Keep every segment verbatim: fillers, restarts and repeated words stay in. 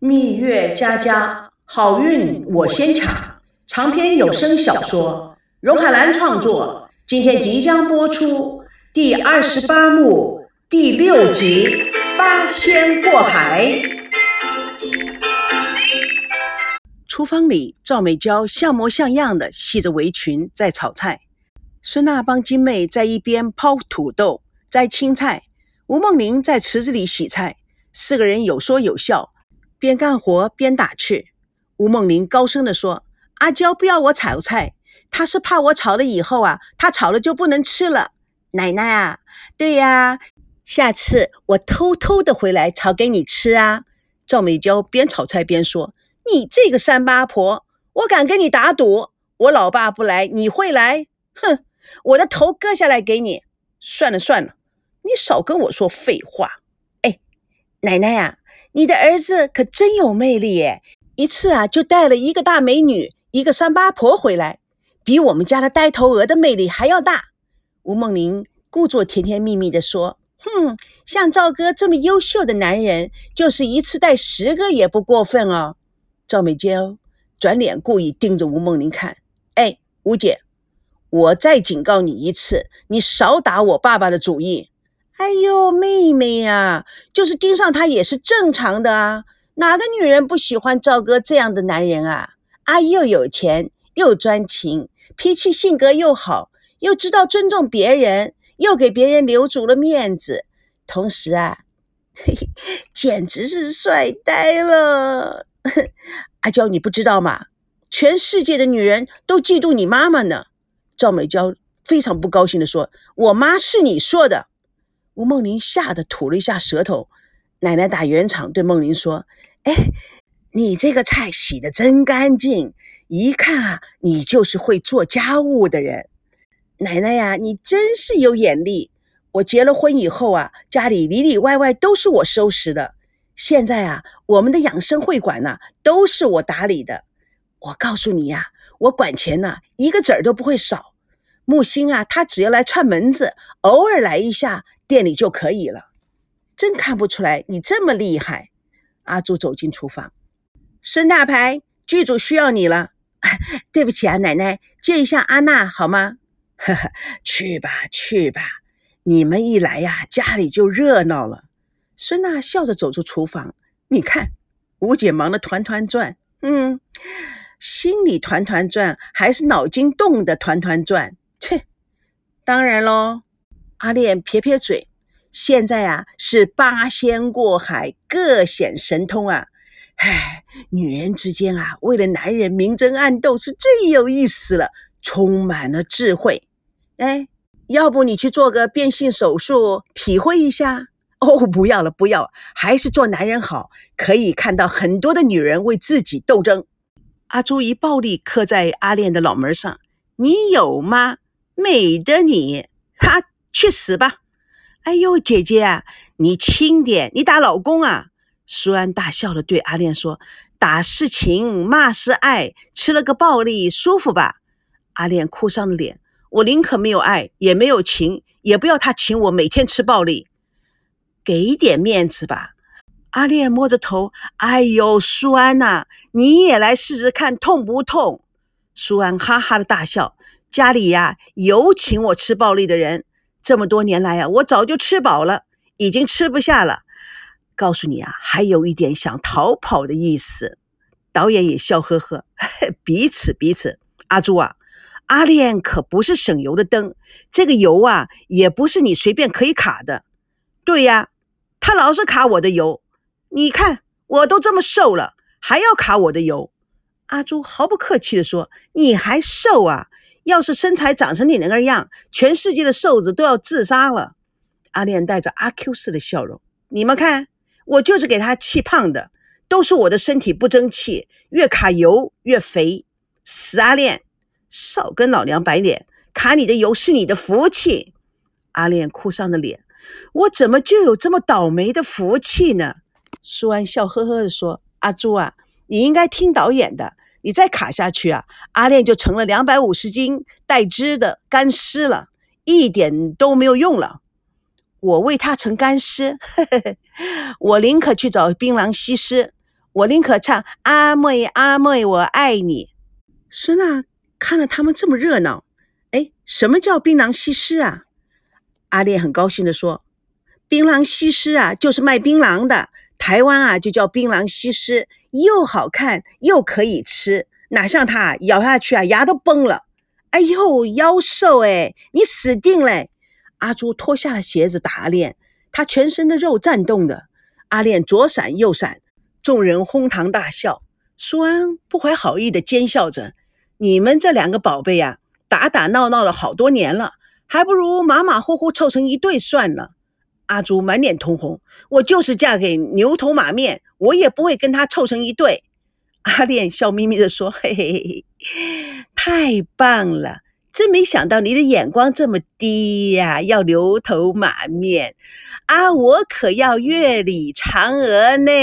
蜜月佳佳，好运我先抢。长篇有声小说，荣海兰创作，今天即将播出第二十八幕第六集《八仙过海》。厨房里，赵美娇像模像样的系着围裙在炒菜，孙娜帮金妹在一边抛土豆、摘青菜，吴梦玲在池子里洗菜，四个人有说有笑，边干活边打趣。吴梦玲高声地说：“阿娇不要我炒菜，她是怕我炒了以后啊，她炒了就不能吃了。奶奶啊，对呀，下次我偷偷的回来炒给你吃啊。”赵美娇边炒菜边说：“你这个三八婆，我敢跟你打赌，我老爸不来，你会来？哼，我的头割下来给你。算了算了，你少跟我说废话。哎，奶奶啊，你的儿子可真有魅力耶，一次啊就带了一个大美女，一个三八婆回来，比我们家的呆头鹅的魅力还要大。”吴梦玲故作甜甜蜜蜜地说：“哼，像赵哥这么优秀的男人，就是一次带十个也不过分哦。”赵美娇转脸故意盯着吴梦玲看：“哎，吴姐，我再警告你一次，你少打我爸爸的主意。”“哎呦，妹妹啊，就是盯上他也是正常的啊，哪个女人不喜欢赵哥这样的男人啊？啊，又有钱，又专情，脾气性格又好，又知道尊重别人，又给别人留足了面子，同时啊，嘿嘿，简直是帅呆了。阿娇，你不知道吗？全世界的女人都嫉妒你妈妈呢。”赵美娇非常不高兴地说：“我妈是你说的。”吴梦玲吓得吐了一下舌头。奶奶打圆场对梦玲说：“哎，你这个菜洗得真干净，一看啊，你就是会做家务的人。奶奶呀，你真是有眼力。我结了婚以后啊，家里里里外外都是我收拾的。现在啊，我们的养生会馆呢、啊，都是我打理的。我告诉你呀、啊，我管钱呢、啊，一个子儿都不会少。木星啊，他只要来串门子，偶尔来一下，店里就可以了。真看不出来你这么厉害。”阿朱走进厨房：“孙大牌，剧组需要你了。对不起啊，奶奶，接一下阿娜好吗？”“呵呵，去吧去吧，你们一来呀，家里就热闹了。”孙娜笑着走出厨房：“你看，吴姐忙得团团转，嗯，心里团团转，还是脑筋动的团团转？切，当然咯。”阿莲撇撇嘴：“现在啊，是八仙过海，各显神通啊！唉，女人之间啊，为了男人明争暗斗是最有意思了，充满了智慧。哎，要不你去做个变性手术，体会一下？”“哦，不要了不要了，还是做男人好，可以看到很多的女人为自己斗争。”阿朱一暴力刻在阿莲的脑门上：“你有吗？美的你！哈，去死吧！”“哎呦，姐姐啊，你轻点，你打老公啊！”舒安大笑地对阿莲说：“打是情，骂是爱，吃了个暴力，舒服吧？”阿莲哭丧着脸：“我宁可没有爱，也没有情，也不要他请我每天吃暴力。”“给点面子吧。”阿莲摸着头：“哎呦，舒安呐、啊，你也来试试看痛不痛？”舒安哈哈的大笑：“家里呀、啊，有请我吃暴力的人，这么多年来呀、啊，我早就吃饱了，已经吃不下了。告诉你啊，还有一点想逃跑的意思。”导演也笑呵呵：“彼此彼此。阿朱啊，阿莲可不是省油的灯，这个油啊，也不是你随便可以卡的。”“对呀，他老是卡我的油，你看我都这么瘦了，还要卡我的油。”阿朱毫不客气地说：“你还瘦啊？要是身材长成你那个样，全世界的瘦子都要自杀了。”阿莲带着阿 Q 式的笑容：“你们看，我就是给他气胖的，都是我的身体不争气，越卡油越肥。死阿莲，少跟老娘摆脸，卡你的油是你的福气。”阿莲哭丧着脸：“我怎么就有这么倒霉的福气呢？”舒安笑呵呵地说：“阿朱啊，你应该听导演的，你再卡下去啊，阿莲就成了两百五十斤带汁的干尸了，一点都没有用了。我为他成干尸，呵呵呵，我宁可去找槟榔西施， 我宁可唱阿妹阿妹我爱你。孙娜看了他们这么热闹，哎，什么叫槟榔西施啊？阿烈很高兴地说，槟榔西施啊，就是卖槟榔的，台湾啊就叫槟榔西施，又好看又可以吃，哪像它咬下去啊牙都崩了。哎呦，妖兽哎，你死定了！阿朱脱下了鞋子打阿练，他全身的肉颤动的，阿练左闪右闪，众人哄堂大笑。苏安不怀好意的奸笑着，你们这两个宝贝啊，打打闹闹了好多年了，还不如马马虎虎凑成一对算了。阿朱满脸通红，我就是嫁给牛头马面，我也不会跟他凑成一对。阿练笑眯眯地说，嘿嘿嘿，太棒了，真没想到你的眼光这么低呀，要牛头马面啊，我可要月里嫦娥呢。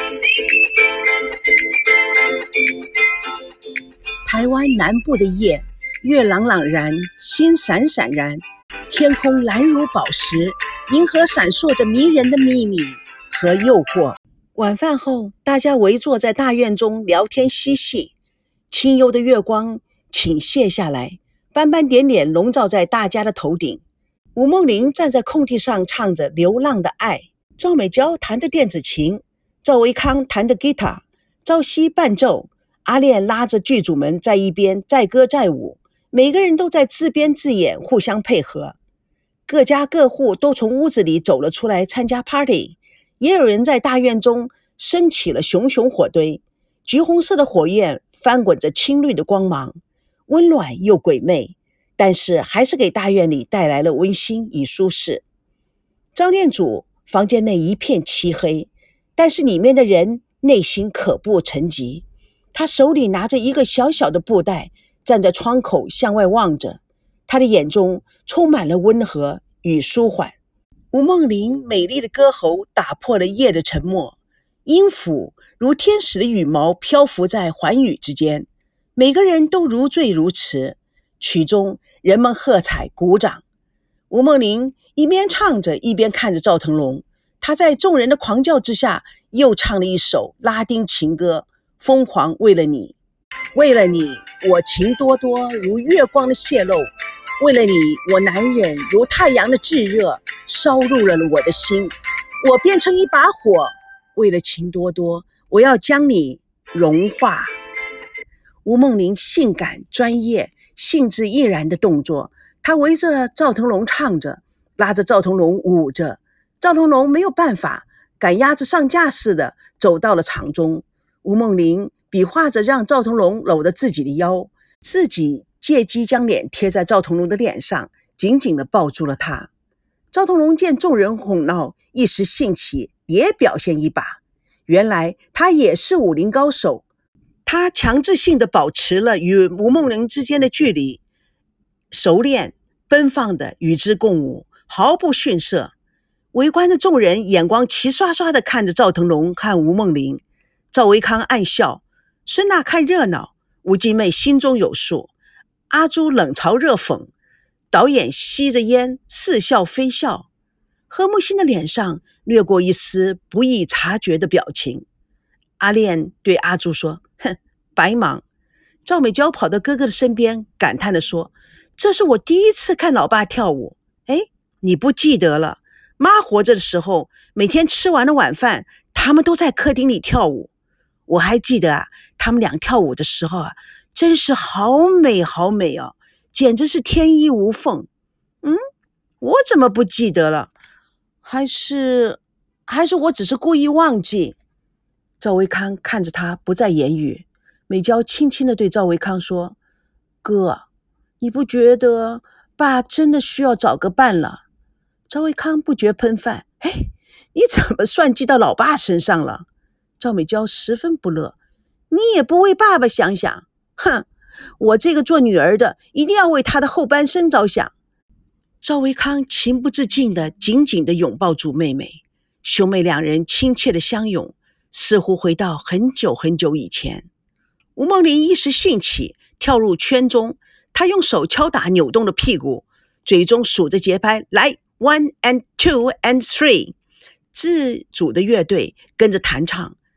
台湾南部的夜，月朗朗然，星闪闪然，天空蓝如宝石，银河闪烁着迷人的秘密和诱惑。晚饭后，大家围坐在大院中聊天嬉戏，清幽的月光倾泻下来，斑斑点点笼罩在大家的头顶。吴梦玲站在空地上唱着《流浪的爱》，赵美娇弹着电子琴，赵维康弹着吉他，朝夕伴奏，阿练拉着剧组们在一边载歌载舞，每个人都在自编自演，互相配合。各家各户都从屋子里走了出来参加 party， 也有人在大院中升起了熊熊火堆，橘红色的火焰翻滚着青绿的光芒，温暖又鬼魅，但是还是给大院里带来了温馨与舒适。张念祖房间内一片漆黑，但是里面的人内心可不沉寂。他手里拿着一个小小的布袋，站在窗口向外望着，他的眼中充满了温和与舒缓。吴梦玲美丽的歌喉打破了夜的沉默，音符如天使的羽毛漂浮在寰宇之间，每个人都如醉如痴，曲中人们喝彩鼓掌。吴梦玲一边唱着一边看着赵腾龙，他在众人的狂叫之下又唱了一首拉丁情歌，疯狂为了你。为了你，我情多多如月光的泄露，为了你，我难忍如太阳的炙热，烧入了我的心，我变成一把火，为了情多多，我要将你融化。吴梦玲性感专业兴致盎然的动作，她围着赵腾龙唱着，拉着赵腾龙舞着，赵腾龙没有办法，赶鸭子上架似的走到了场中。吴梦玲比划着让赵腾龙搂着自己的腰，自己借机将脸贴在赵腾龙的脸上，紧紧地抱住了他。赵腾龙见众人哄闹，一时兴起，也表现一把。原来他也是武林高手，他强制性地保持了与吴梦玲之间的距离，熟练奔放地与之共舞，毫不逊色。围观的众人眼光齐刷刷地看着赵腾龙和吴梦玲，赵维康暗笑，孙娜看热闹，吴金妹心中有数，阿朱冷嘲热讽，导演吸着烟似笑非笑，何木心的脸上掠过一丝不易察觉的表情。阿练对阿朱说，哼，白忙。赵美娇跑到哥哥的身边感叹地说，这是我第一次看老爸跳舞。哎，你不记得了，妈活着的时候，每天吃完了晚饭，他们都在客厅里跳舞。我还记得啊，他们俩跳舞的时候啊，真是好美好美哦，简直是天衣无缝。嗯，我怎么不记得了？还是还是我只是故意忘记？赵维康看着他不再言语，美娇轻轻地对赵维康说，哥，你不觉得爸真的需要找个伴了？赵维康不觉喷饭，嘿，你怎么算计到老爸身上了？赵美娇十分不乐，你也不为爸爸想想，哼，我这个做女儿的一定要为他的后半生着想。赵维康情不自禁地紧紧地拥抱住妹妹，兄妹两人亲切地相拥，似乎回到很久很久以前。吴梦玲一时兴起，跳入圈中，她用手敲打扭动的屁股，嘴中数着节拍，来 one and two and three。自主的乐队跟着弹唱，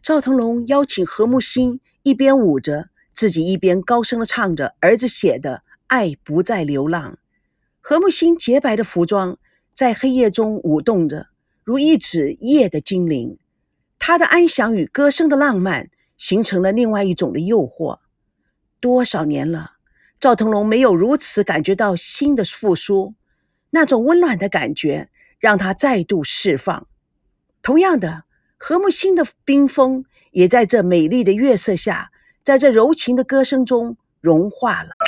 赵腾龙邀请何木星一边舞着，自己一边高声地唱着儿子写的《爱不再流浪》。何木星洁白的服装在黑夜中舞动着，如一指夜的精灵。他的安详与歌声的浪漫形成了另外一种的诱惑。多少年了，赵腾龙没有如此感觉到心的复苏，那种温暖的感觉让他再度释放。同样的，何木星的冰封也在这美丽的月色下，在这柔情的歌声中融化了。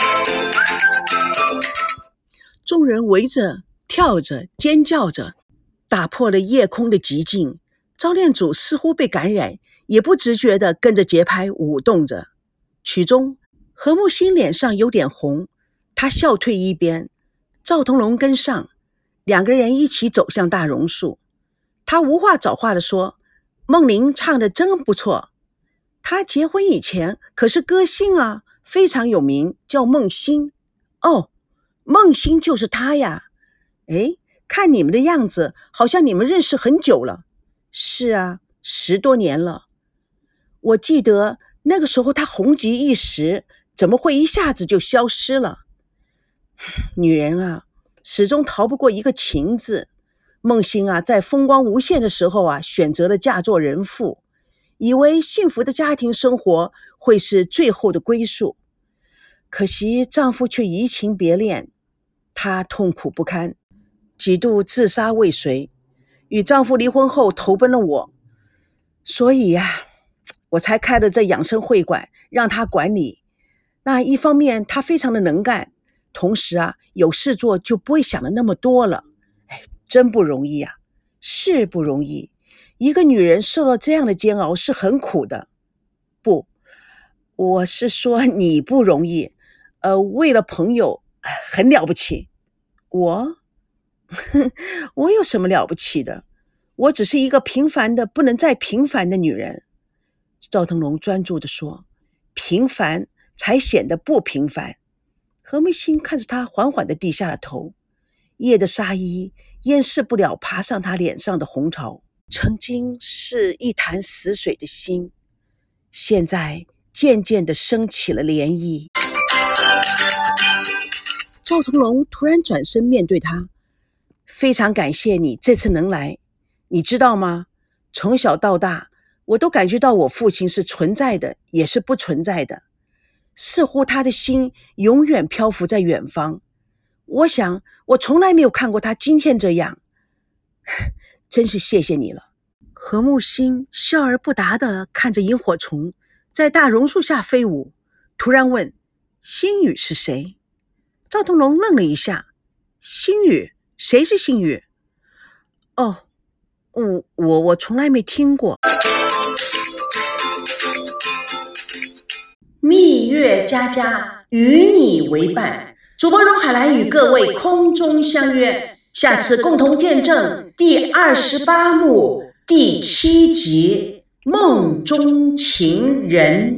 众人围着跳着尖叫着，打破了夜空的寂静。赵念祖似乎被感染，也不自觉地跟着节拍舞动着。曲中何木星脸上有点红，他笑退一边，赵腾龙跟上，两个人一起走向大榕树。他无话找话地说，梦玲唱得真不错，她结婚以前可是歌星啊，非常有名，叫梦欣。哦，梦欣就是她呀。诶，看你们的样子，好像你们认识很久了。是啊，十多年了。我记得那个时候她红极一时，怎么会一下子就消失了？女人啊，始终逃不过一个情字。梦欣啊，在风光无限的时候啊，选择了嫁做人妇，以为幸福的家庭生活会是最后的归宿。可惜丈夫却移情别恋，她痛苦不堪，几度自杀未遂，与丈夫离婚后投奔了我。所以呀、啊，我才开了这养生会馆，让她管理。那一方面她非常的能干，同时啊，有事做就不会想的那么多了。哎，真不容易啊，是不容易。一个女人受到这样的煎熬是很苦的。不，我是说你不容易，呃，为了朋友很了不起。我我有什么了不起的？我只是一个平凡的不能再平凡的女人。赵腾龙专注地说，平凡才显得不平凡。何梅心看着他缓缓地低下了头，夜的纱衣掩饰不了爬上他脸上的红潮。曾经是一潭死水的心，现在渐渐地升起了涟漪。赵腾龙突然转身面对他，非常感谢你这次能来。你知道吗？从小到大，我都感觉到我父亲是存在的，也是不存在的。似乎他的心永远漂浮在远方。我想，我从来没有看过他今天这样。真是谢谢你了。何木星笑而不答地看着萤火虫在大榕树下飞舞，突然问：星宇是谁？赵腾龙愣了一下，星宇？谁是星宇？哦，我我我从来没听过。蜜月佳佳与你为伴，主播荣海兰与各位空中相约，下次共同见证第二十八幕第七集《梦中情人》。